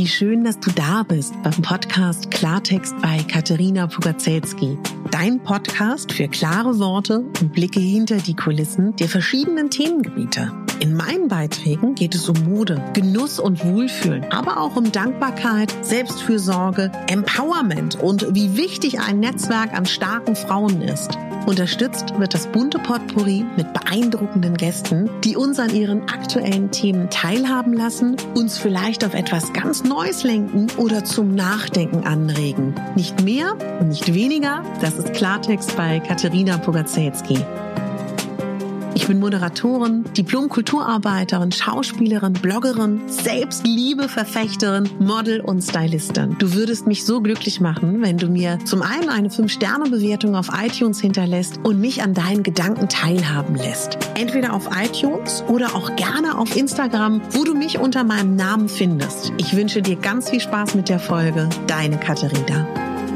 Wie schön, dass du da bist beim Podcast Klartext bei Katerina Pugacelski. Dein Podcast für klare Worte und Blicke hinter die Kulissen der verschiedenen Themengebiete. In meinen Beiträgen geht es um Mode, Genuss und Wohlfühlen, aber auch um Dankbarkeit, Selbstfürsorge, Empowerment und wie wichtig ein Netzwerk an starken Frauen ist. Unterstützt wird das bunte Potpourri mit beeindruckenden Gästen, die uns an ihren aktuellen Themen teilhaben lassen, uns vielleicht auf etwas ganz Neues lenken oder zum Nachdenken anregen. Nicht mehr und nicht weniger, das ist Klartext bei Katerina Pugacelski. Ich bin Moderatorin, Diplom-Kulturarbeiterin, Schauspielerin, Bloggerin, Selbstliebe-Verfechterin, Model und Stylistin. Du würdest mich so glücklich machen, wenn du mir zum einen eine 5-Sterne-Bewertung auf iTunes hinterlässt und mich an deinen Gedanken teilhaben lässt. Entweder auf iTunes oder auch gerne auf Instagram, wo du mich unter meinem Namen findest. Ich wünsche dir ganz viel Spaß mit der Folge. Deine Katerina.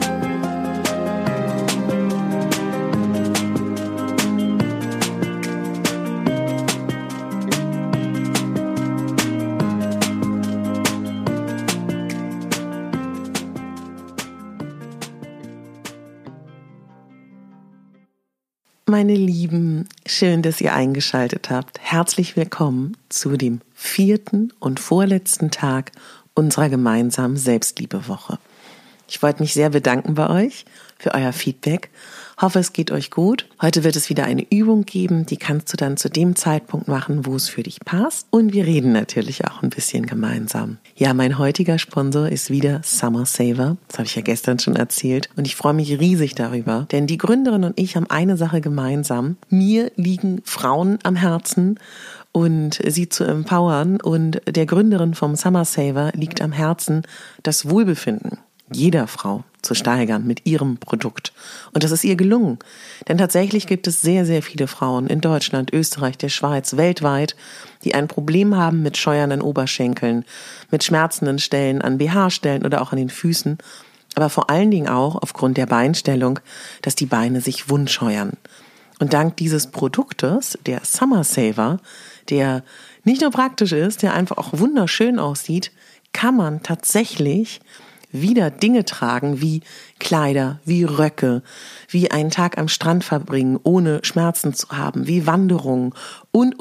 Meine Lieben, schön, dass ihr eingeschaltet habt. Herzlich willkommen zu dem 4. und vorletzten Tag unserer gemeinsamen Selbstliebewoche. Ich wollte mich sehr bedanken bei euch für euer Feedback. Hoffe, es geht euch gut. Heute wird es wieder eine Übung geben, die kannst du dann zu dem Zeitpunkt machen, wo es für dich passt. Und wir reden natürlich auch ein bisschen gemeinsam. Ja, mein heutiger Sponsor ist wieder Summer Saver. Das habe ich ja gestern schon erzählt. Und ich freue mich riesig darüber, denn die Gründerin und ich haben eine Sache gemeinsam. Mir liegen Frauen am Herzen und sie zu empowern. Und der Gründerin vom Summer Saver liegt am Herzen das Wohlbefinden jeder Frau zu steigern mit ihrem Produkt. Und das ist ihr gelungen. Denn tatsächlich gibt es sehr, sehr viele Frauen in Deutschland, Österreich, der Schweiz, weltweit, die ein Problem haben mit scheuernden Oberschenkeln, mit schmerzenden Stellen an BH-Stellen oder auch an den Füßen, aber vor allen Dingen auch aufgrund der Beinstellung, dass die Beine sich wundscheuern. Und dank dieses Produktes, der Summer Saver, der nicht nur praktisch ist, der einfach auch wunderschön aussieht, kann man tatsächlich wieder Dinge tragen wie Kleider, wie Röcke, wie einen Tag am Strand verbringen, ohne Schmerzen zu haben, wie Wanderungen und.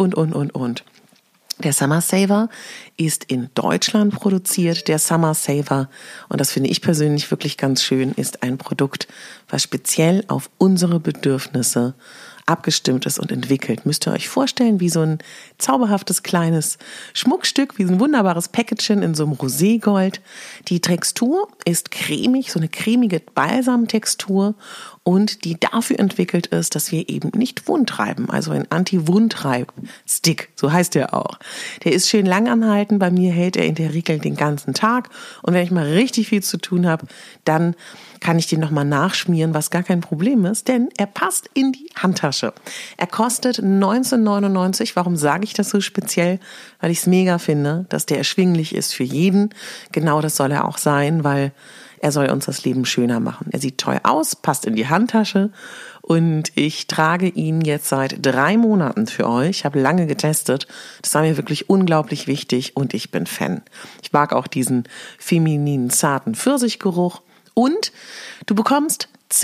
Der Summer Saver ist in Deutschland produziert. Der Summer Saver, und das finde ich persönlich wirklich ganz schön, ist ein Produkt, was speziell auf unsere Bedürfnisse abgestimmt ist und entwickelt. Müsst ihr euch vorstellen, wie so ein zauberhaftes kleines Schmuckstück, wie so ein wunderbares Päckchen in so einem Roségold. Die Textur ist cremig, so eine cremige Balsamtextur, und die dafür entwickelt ist, dass wir eben nicht wundreiben, also ein Anti-Wundreib-Stick, so heißt der auch. Der ist schön langanhaltend, bei mir hält er in der Regel den ganzen Tag, und wenn ich mal richtig viel zu tun habe, dann kann ich den nochmal nachschmieren, was gar kein Problem ist, denn er passt in die Handtasche. Er kostet 19,99. Warum sage ich das so speziell? Weil ich es mega finde, dass der erschwinglich ist für jeden. Genau das soll er auch sein, weil er soll uns das Leben schöner machen. Er sieht toll aus, passt in die Handtasche, und ich trage ihn jetzt seit 3 Monaten für euch. Ich habe lange getestet. Das war mir wirklich unglaublich wichtig und ich bin Fan. Ich mag auch diesen femininen, zarten Pfirsichgeruch. Und du bekommst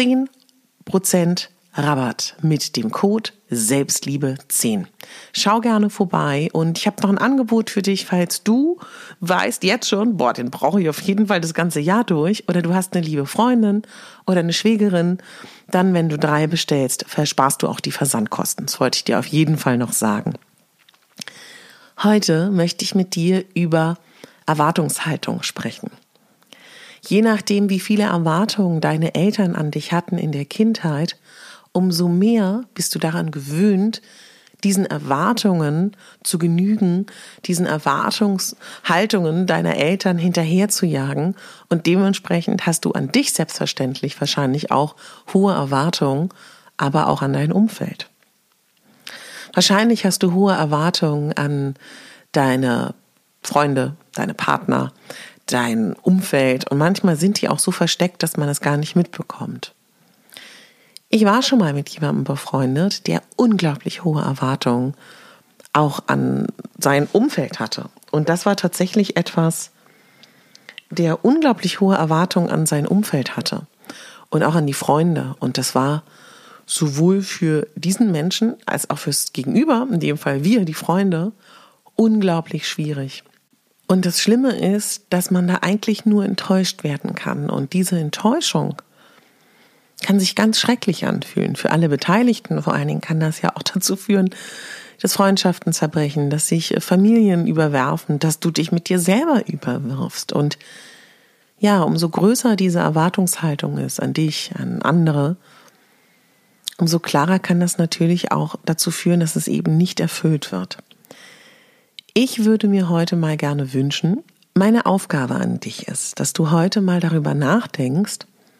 10% Rabatt mit dem Code Selbstliebe10. Schau gerne vorbei, und ich habe noch ein Angebot für dich, falls du weißt jetzt schon, den brauche ich auf jeden Fall das ganze Jahr durch, oder du hast eine liebe Freundin oder eine Schwägerin, dann, wenn du 3 bestellst, versparst du auch die Versandkosten. Das wollte ich dir auf jeden Fall noch sagen. Heute möchte ich mit dir über Erwartungshaltung sprechen. Je nachdem, wie viele Erwartungen deine Eltern an dich hatten in der Kindheit, umso mehr bist du daran gewöhnt, diesen Erwartungen zu genügen, diesen Erwartungshaltungen deiner Eltern hinterher zu jagen, und dementsprechend hast du an dich selbstverständlich wahrscheinlich auch hohe Erwartungen, aber auch an dein Umfeld. Wahrscheinlich hast du hohe Erwartungen an deine Freunde, deine Partner, dein Umfeld, und manchmal sind die auch so versteckt, dass man das gar nicht mitbekommt. Ich war schon mal mit jemandem befreundet, der unglaublich hohe Erwartungen auch an sein Umfeld hatte. Und das war tatsächlich etwas, der unglaublich hohe Erwartungen an sein Umfeld hatte und auch an die Freunde. Und das war sowohl für diesen Menschen als auch fürs Gegenüber, in dem Fall wir, die Freunde, unglaublich schwierig. Und das Schlimme ist, dass man da eigentlich nur enttäuscht werden kann. Und diese Enttäuschung kann sich ganz schrecklich anfühlen. Für alle Beteiligten vor allen Dingen kann das ja auch dazu führen, dass Freundschaften zerbrechen, dass sich Familien überwerfen, dass du dich mit dir selber überwirfst. Und ja, umso größer diese Erwartungshaltung ist an dich, an andere, umso klarer kann das natürlich auch dazu führen, dass es eben nicht erfüllt wird. Ich würde mir heute mal gerne wünschen, meine Aufgabe an dich ist, dass du heute mal darüber nachdenkst,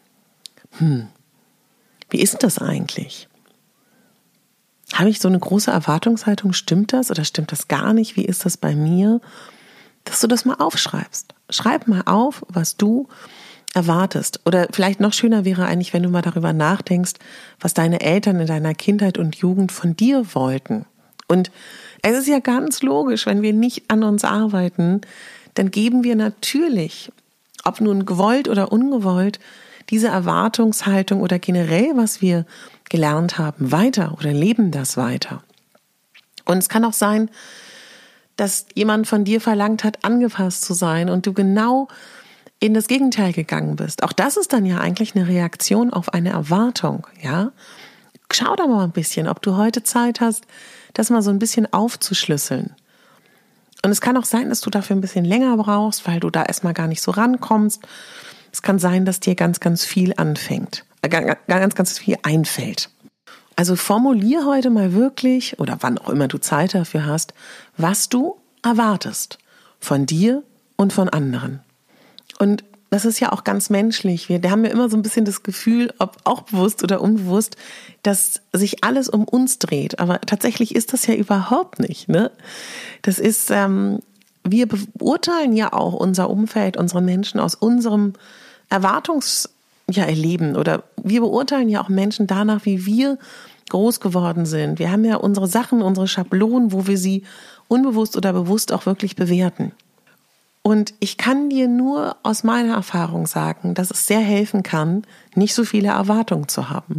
wie ist das eigentlich? Habe ich so eine große Erwartungshaltung? Stimmt das oder stimmt das gar nicht? Wie ist das bei mir? Dass du das mal aufschreibst. Schreib mal auf, was du erwartest. Oder vielleicht noch schöner wäre eigentlich, wenn du mal darüber nachdenkst, was deine Eltern in deiner Kindheit und Jugend von dir wollten. Und es ist ja ganz logisch, wenn wir nicht an uns arbeiten, dann geben wir natürlich, ob nun gewollt oder ungewollt, diese Erwartungshaltung oder generell, was wir gelernt haben, weiter oder leben das weiter. Und es kann auch sein, dass jemand von dir verlangt hat, angepasst zu sein und du genau in das Gegenteil gegangen bist. Auch das ist dann ja eigentlich eine Reaktion auf eine Erwartung, ja? Schau da mal ein bisschen, ob du heute Zeit hast, das mal so ein bisschen aufzuschlüsseln. Und es kann auch sein, dass du dafür ein bisschen länger brauchst, weil du da erstmal gar nicht so rankommst. Es kann sein, dass dir ganz, ganz viel ganz viel einfällt. Also formulier heute mal wirklich, oder wann auch immer du Zeit dafür hast, was du erwartest von dir und von anderen. Und das ist ja auch ganz menschlich. Wir haben ja immer so ein bisschen das Gefühl, ob auch bewusst oder unbewusst, dass sich alles um uns dreht. Aber tatsächlich ist das ja überhaupt nicht, ne? Das ist, wir beurteilen ja auch unser Umfeld, unsere Menschen aus unserem Erleben. Oder wir beurteilen ja auch Menschen danach, wie wir groß geworden sind. Wir haben ja unsere Sachen, unsere Schablonen, wo wir sie unbewusst oder bewusst auch wirklich bewerten. Und ich kann dir nur aus meiner Erfahrung sagen, dass es sehr helfen kann, nicht so viele Erwartungen zu haben.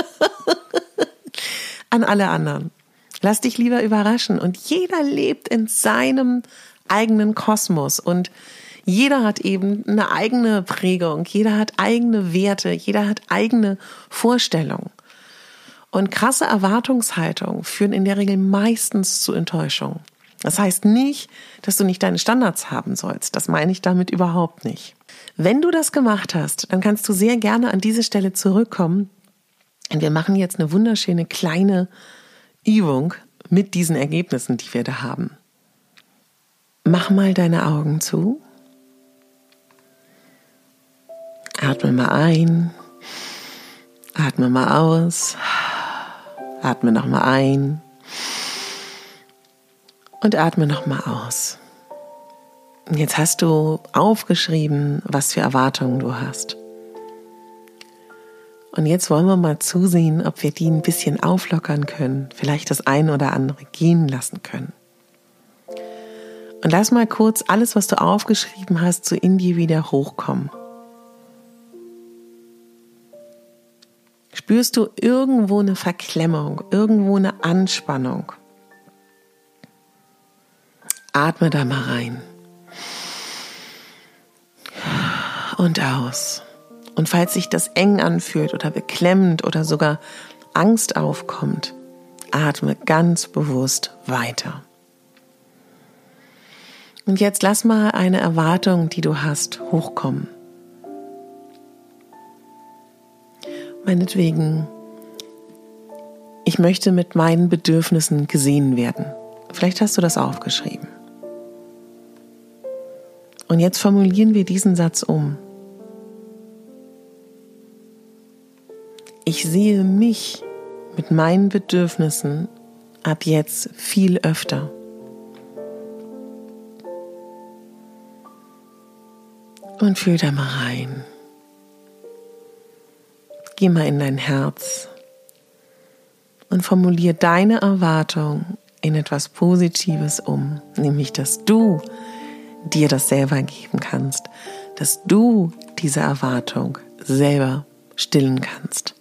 An alle anderen. Lass dich lieber überraschen. Und jeder lebt in seinem eigenen Kosmos. Und jeder hat eben eine eigene Prägung. Jeder hat eigene Werte. Jeder hat eigene Vorstellungen. Und krasse Erwartungshaltungen führen in der Regel meistens zu Enttäuschung. Das heißt nicht, dass du nicht deine Standards haben sollst. Das meine ich damit überhaupt nicht. Wenn du das gemacht hast, dann kannst du sehr gerne an diese Stelle zurückkommen. Und wir machen jetzt eine wunderschöne kleine Übung mit diesen Ergebnissen, die wir da haben. Mach mal deine Augen zu. Atme mal ein. Atme mal aus. Atme nochmal ein. Und atme nochmal aus. Und jetzt hast du aufgeschrieben, was für Erwartungen du hast. Und jetzt wollen wir mal zusehen, ob wir die ein bisschen auflockern können, vielleicht das ein oder andere gehen lassen können. Und lass mal kurz alles, was du aufgeschrieben hast, so in dir wieder hochkommen. Spürst du irgendwo eine Verklemmung, irgendwo eine Anspannung? Atme da mal rein. Und aus. Und falls sich das eng anfühlt oder beklemmt oder sogar Angst aufkommt, atme ganz bewusst weiter. Und jetzt lass mal eine Erwartung, die du hast, hochkommen. Meinetwegen, ich möchte mit meinen Bedürfnissen gesehen werden. Vielleicht hast du das aufgeschrieben. Und jetzt formulieren wir diesen Satz um. Ich sehe mich mit meinen Bedürfnissen ab jetzt viel öfter. Und fühl da mal rein. Geh mal in dein Herz und formulier deine Erwartung in etwas Positives um, nämlich dass du dir das selber geben kannst, dass du diese Erwartung selber stillen kannst.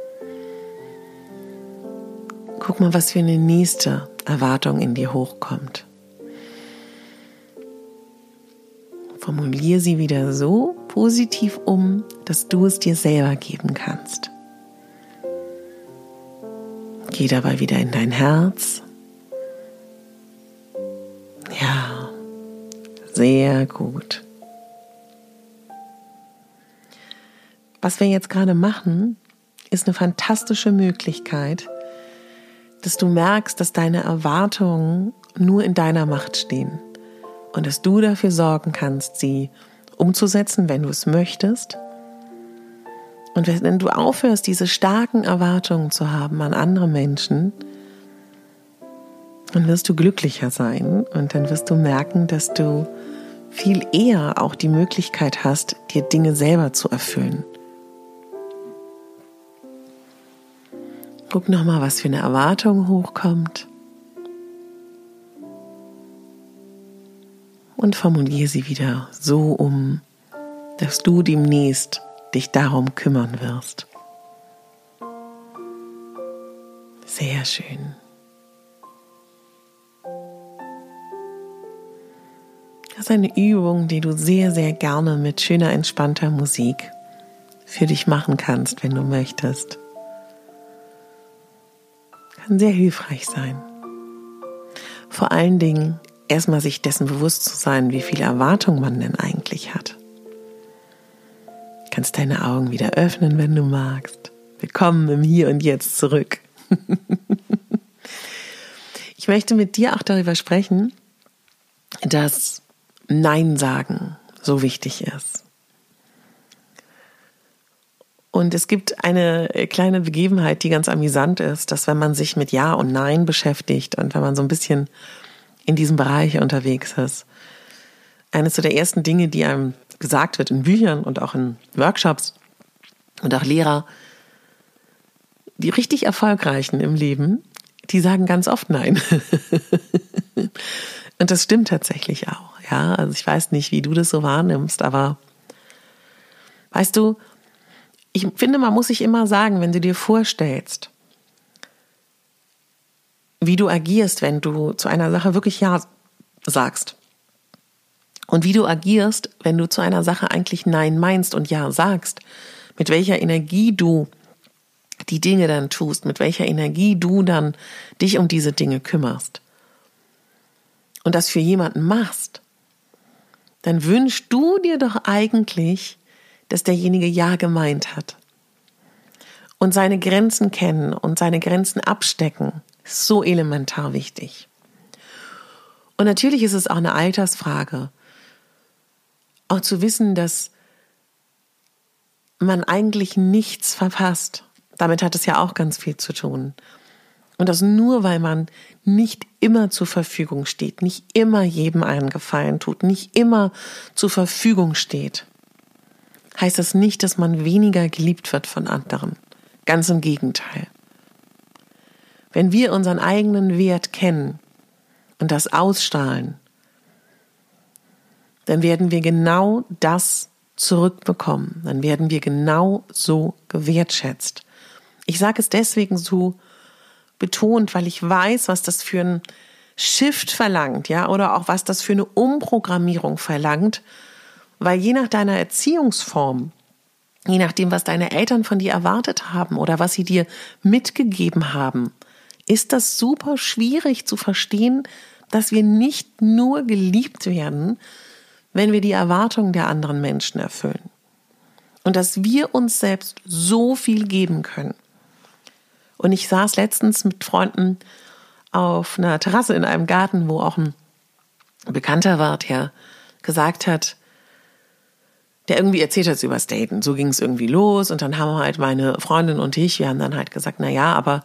Guck mal, was für eine nächste Erwartung in dir hochkommt. Formuliere sie wieder so positiv um, dass du es dir selber geben kannst. Geh dabei wieder in dein Herz. Ja, sehr gut. Was wir jetzt gerade machen, ist eine fantastische Möglichkeit, dass du merkst, dass deine Erwartungen nur in deiner Macht stehen und dass du dafür sorgen kannst, sie umzusetzen, wenn du es möchtest. Und wenn du aufhörst, diese starken Erwartungen zu haben an andere Menschen, dann wirst du glücklicher sein und dann wirst du merken, dass du viel eher auch die Möglichkeit hast, dir Dinge selber zu erfüllen. Guck nochmal, was für eine Erwartung hochkommt und formuliere sie wieder so um, dass du demnächst dich darum kümmern wirst. Sehr schön. Das ist eine Übung, die du sehr, sehr gerne mit schöner, entspannter Musik für dich machen kannst, wenn du möchtest. Kann sehr hilfreich sein. Vor allen Dingen erstmal sich dessen bewusst zu sein, wie viel Erwartung man denn eigentlich hat. Du kannst deine Augen wieder öffnen, wenn du magst. Willkommen im Hier und Jetzt zurück. Ich möchte mit dir auch darüber sprechen, dass Nein sagen so wichtig ist. Und es gibt eine kleine Begebenheit, die ganz amüsant ist, dass wenn man sich mit Ja und Nein beschäftigt und wenn man so ein bisschen in diesem Bereich unterwegs ist, eines so der ersten Dinge, die einem gesagt wird in Büchern und auch in Workshops und auch Lehrer, die richtig Erfolgreichen im Leben, die sagen ganz oft Nein. Und das stimmt tatsächlich auch. Ja, also ich weiß nicht, wie du das so wahrnimmst, aber weißt du, ich finde, man muss sich immer sagen, wenn du dir vorstellst, wie du agierst, wenn du zu einer Sache wirklich Ja sagst. Und wie du agierst, wenn du zu einer Sache eigentlich Nein meinst und Ja sagst. Mit welcher Energie du die Dinge dann tust, mit welcher Energie du dann dich um diese Dinge kümmerst. Und das für jemanden machst, dann wünschst du dir doch eigentlich, dass derjenige Ja gemeint hat. Und seine Grenzen kennen und seine Grenzen abstecken, ist so elementar wichtig. Und natürlich ist es auch eine Altersfrage, auch zu wissen, dass man eigentlich nichts verpasst. Damit hat es ja auch ganz viel zu tun. Und das nur, weil man nicht immer zur Verfügung steht, nicht immer jedem einen Gefallen tut, nicht immer zur Verfügung steht, heißt das nicht, dass man weniger geliebt wird von anderen. Ganz im Gegenteil. Wenn wir unseren eigenen Wert kennen und das ausstrahlen, dann werden wir genau das zurückbekommen. Dann werden wir genau so gewertschätzt. Ich sage es deswegen so betont, weil ich weiß, was das für ein Shift verlangt, ja, oder auch was das für eine Umprogrammierung verlangt, weil je nach deiner Erziehungsform, je nachdem, was deine Eltern von dir erwartet haben oder was sie dir mitgegeben haben, ist das super schwierig zu verstehen, dass wir nicht nur geliebt werden, wenn wir die Erwartungen der anderen Menschen erfüllen. Und dass wir uns selbst so viel geben können. Und ich saß letztens mit Freunden auf einer Terrasse in einem Garten, wo auch ein Bekannter war, der gesagt hat, der irgendwie erzählt hat über das Daten. So ging es irgendwie los und dann haben halt meine Freundin und ich, wir haben dann halt gesagt, aber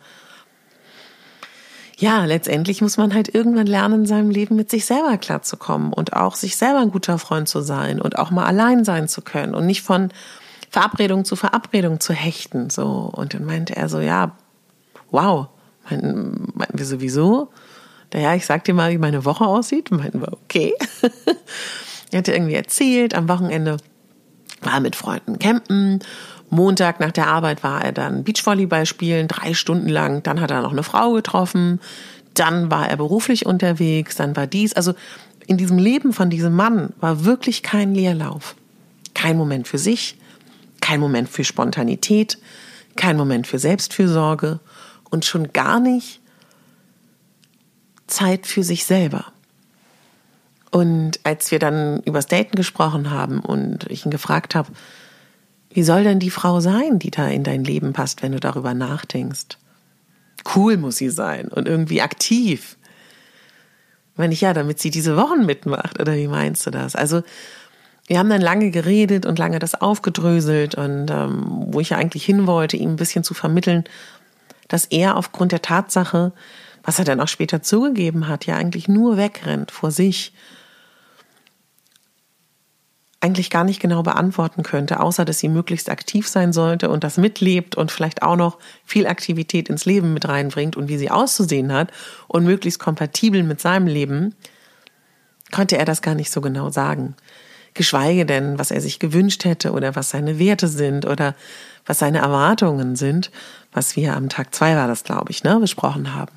ja, letztendlich muss man halt irgendwann lernen, in seinem Leben mit sich selber klarzukommen und auch sich selber ein guter Freund zu sein und auch mal allein sein zu können und nicht von Verabredung zu Verabredung zu hechten. So. Und dann meinte er so, ja, wow, meinten wir sowieso? Ja, ich sag dir mal, wie meine Woche aussieht. Meinten wir, okay. Er hatte irgendwie erzählt, am Wochenende war mit Freunden campen. Montag nach der Arbeit war er dann Beachvolleyball spielen, 3 Stunden lang. Dann hat er noch eine Frau getroffen. Dann war er beruflich unterwegs. Dann war dies. Also in diesem Leben von diesem Mann war wirklich kein Leerlauf. Kein Moment für sich, kein Moment für Spontanität, kein Moment für Selbstfürsorge und schon gar nicht Zeit für sich selber. Und als wir dann übers Daten gesprochen haben und ich ihn gefragt habe, wie soll denn die Frau sein, die da in dein Leben passt, wenn du darüber nachdenkst? Cool muss sie sein und irgendwie aktiv. Meine ich, ja, damit sie diese Wochen mitmacht, oder wie meinst du das? Also wir haben dann lange geredet und lange das aufgedröselt und wo ich ja eigentlich hin wollte, ihm ein bisschen zu vermitteln, dass er aufgrund der Tatsache, was er dann auch später zugegeben hat, ja eigentlich nur wegrennt vor sich, eigentlich gar nicht genau beantworten könnte, außer dass sie möglichst aktiv sein sollte und das mitlebt und vielleicht auch noch viel Aktivität ins Leben mit reinbringt und wie sie auszusehen hat und möglichst kompatibel mit seinem Leben, konnte er das gar nicht so genau sagen. Geschweige denn, was er sich gewünscht hätte oder was seine Werte sind oder was seine Erwartungen sind, was wir am Tag 2 war das, glaube ich, besprochen haben.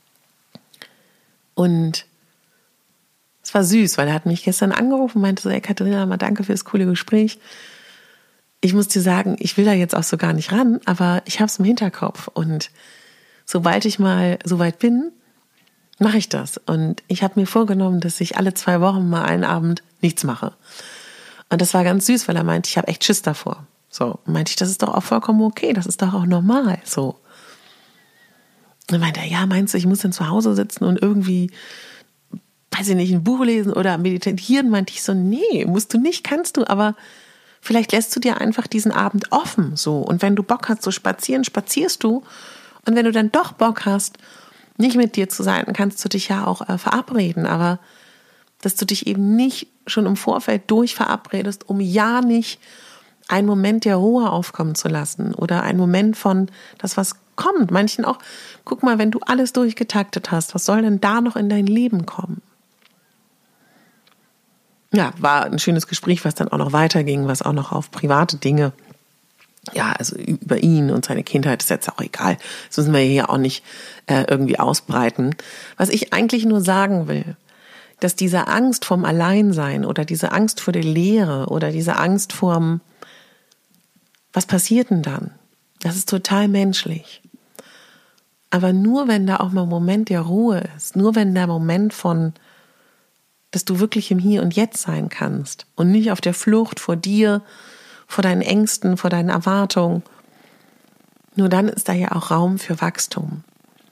Und es war süß, weil er hat mich gestern angerufen und meinte so, hey Katharina, mal danke für das coole Gespräch. Ich muss dir sagen, ich will da jetzt auch so gar nicht ran, aber ich habe es im Hinterkopf und sobald ich mal so weit bin, mache ich das. Und ich habe mir vorgenommen, dass ich alle 2 Wochen mal einen Abend nichts mache. Und das war ganz süß, weil er meinte, ich habe echt Schiss davor. So, und meinte ich, das ist doch auch vollkommen okay, das ist doch auch normal. So. Dann meinte er, ja, meinst du, ich muss dann zu Hause sitzen und irgendwie, weiß ich nicht, ein Buch lesen oder meditieren? Meinte ich so, nee, musst du nicht, kannst du, aber vielleicht lässt du dir einfach diesen Abend offen. So. Und wenn du Bock hast zu spazieren, spazierst du. Und wenn du dann doch Bock hast, nicht mit dir zu sein, dann kannst du dich ja auch verabreden, aber dass du dich eben nicht schon im Vorfeld durchverabredest, um ja nicht einen Moment der Ruhe aufkommen zu lassen oder einen Moment von das, was kommt. Manchen auch, guck mal, wenn du alles durchgetaktet hast, was soll denn da noch in dein Leben kommen? Ja, war ein schönes Gespräch, was dann auch noch weiterging, was auch noch auf private Dinge, ja, also über ihn und seine Kindheit ist jetzt auch egal. Das müssen wir hier auch nicht irgendwie ausbreiten. Was ich eigentlich nur sagen will, dass diese Angst vorm Alleinsein oder diese Angst vor der Leere oder diese Angst vorm, was passiert denn dann? Das ist total menschlich. Aber nur wenn da auch mal ein Moment der Ruhe ist, nur wenn der Moment von, dass du wirklich im Hier und Jetzt sein kannst und nicht auf der Flucht vor dir, vor deinen Ängsten, vor deinen Erwartungen, nur dann ist da ja auch Raum für Wachstum.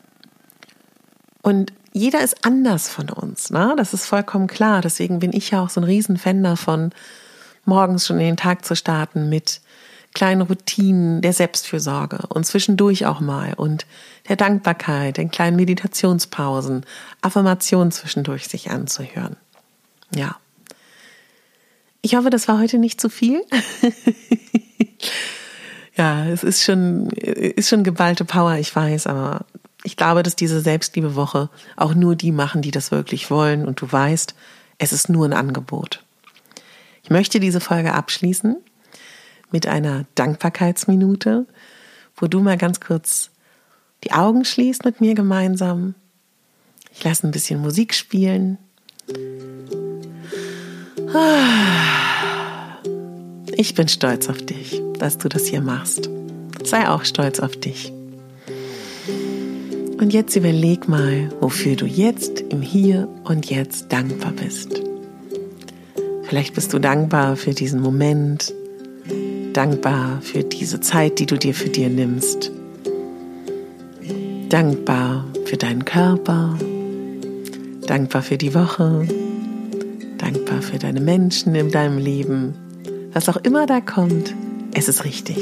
Und jeder ist anders von uns, ne? Das ist vollkommen klar. Deswegen bin ich ja auch so ein Riesenfan davon, morgens schon in den Tag zu starten mit kleinen Routinen der Selbstfürsorge und zwischendurch auch mal und der Dankbarkeit, den kleinen Meditationspausen, Affirmationen zwischendurch sich anzuhören. Ja. Ich hoffe, das war heute nicht zu viel. Ja, es ist schon geballte Power, ich weiß, aber ich glaube, dass diese Selbstliebewoche auch nur die machen, die das wirklich wollen. Und du weißt, es ist nur ein Angebot. Ich möchte diese Folge abschließen mit einer Dankbarkeitsminute, wo du mal ganz kurz die Augen schließt mit mir gemeinsam. Ich lasse ein bisschen Musik spielen. Ich bin stolz auf dich, dass du das hier machst. Sei auch stolz auf dich. Und jetzt überleg mal, wofür du jetzt im Hier und Jetzt dankbar bist. Vielleicht bist du dankbar für diesen Moment, dankbar für diese Zeit, die du dir für dir nimmst, dankbar für deinen Körper, dankbar für die Woche, dankbar für deine Menschen in deinem Leben. Was auch immer da kommt, es ist richtig.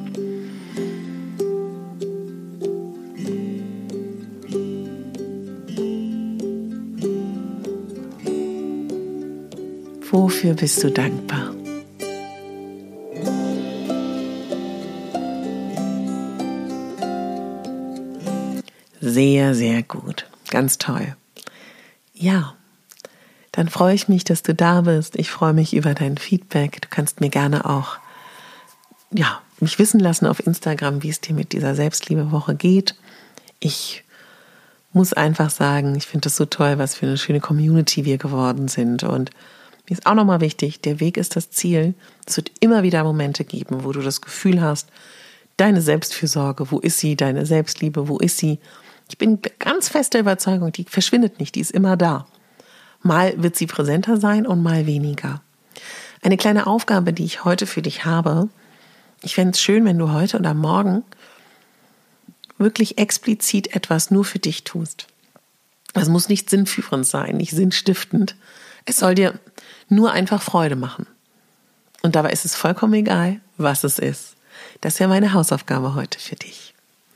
Wofür bist du dankbar? Sehr, sehr gut. Ganz toll. Ja, dann freue ich mich, dass du da bist. Ich freue mich über dein Feedback. Du kannst mir gerne auch mich wissen lassen auf Instagram, wie es dir mit dieser Selbstliebewoche geht. Ich muss einfach sagen, ich finde es so toll, was für eine schöne Community wir geworden sind. Und mir ist auch nochmal wichtig, der Weg ist das Ziel. Es wird immer wieder Momente geben, wo du das Gefühl hast, deine Selbstfürsorge, wo ist sie? Deine Selbstliebe, wo ist sie? Ich bin ganz fest der Überzeugung, die verschwindet nicht, die ist immer da. Mal wird sie präsenter sein und mal weniger. Eine kleine Aufgabe, die ich heute für dich habe: Ich fände es schön, wenn du heute oder morgen wirklich explizit etwas nur für dich tust. Es muss nicht sinnführend sein, nicht sinnstiftend. Es soll dir nur einfach Freude machen. Und dabei ist es vollkommen egal, was es ist. Das wäre meine Hausaufgabe heute für dich.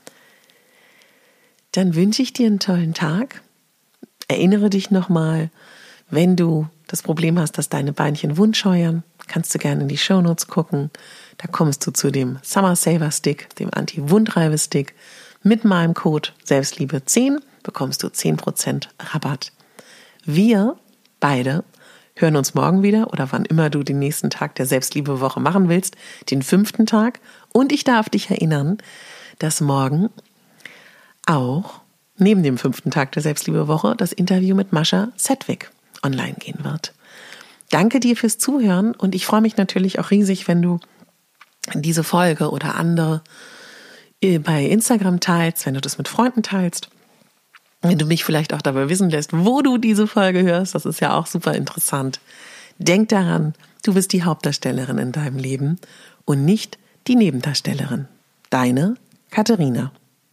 Dann wünsche ich dir einen tollen Tag. Erinnere dich nochmal, wenn du das Problem hast, dass deine Beinchen wundscheuern, kannst du gerne in die Shownotes gucken. Da kommst du zu dem Summer Saver Stick, dem Anti-Wundreibe-Stick. Mit meinem Code Selbstliebe10 bekommst du 10% Rabatt. Wir beide hören uns morgen wieder oder wann immer du den nächsten Tag der Selbstliebewoche machen willst, den 5. Tag. Und ich darf dich erinnern, dass morgen auch neben dem 5. Tag der Selbstliebewoche das Interview mit Mascha Sedgwick online gehen wird. Danke dir fürs Zuhören und ich freue mich natürlich auch riesig, wenn du diese Folge oder andere bei Instagram teilst, wenn du das mit Freunden teilst, wenn du mich vielleicht auch dabei wissen lässt, wo du diese Folge hörst. Das ist ja auch super interessant. Denk daran, du bist die Hauptdarstellerin in deinem Leben und nicht die Nebendarstellerin. Deine Katharina.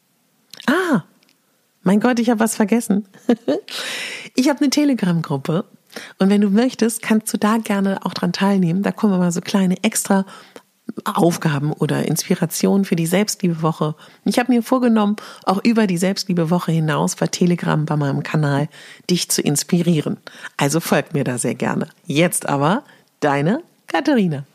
Mein Gott, ich habe was vergessen. Ich habe eine Telegram-Gruppe und wenn du möchtest, kannst du da gerne auch dran teilnehmen. Da kommen immer so kleine extra Aufgaben oder Inspirationen für die Selbstliebewoche. Ich habe mir vorgenommen, auch über die Selbstliebewoche hinaus bei Telegram, bei meinem Kanal, dich zu inspirieren. Also folgt mir da sehr gerne. Jetzt aber deine Katharina.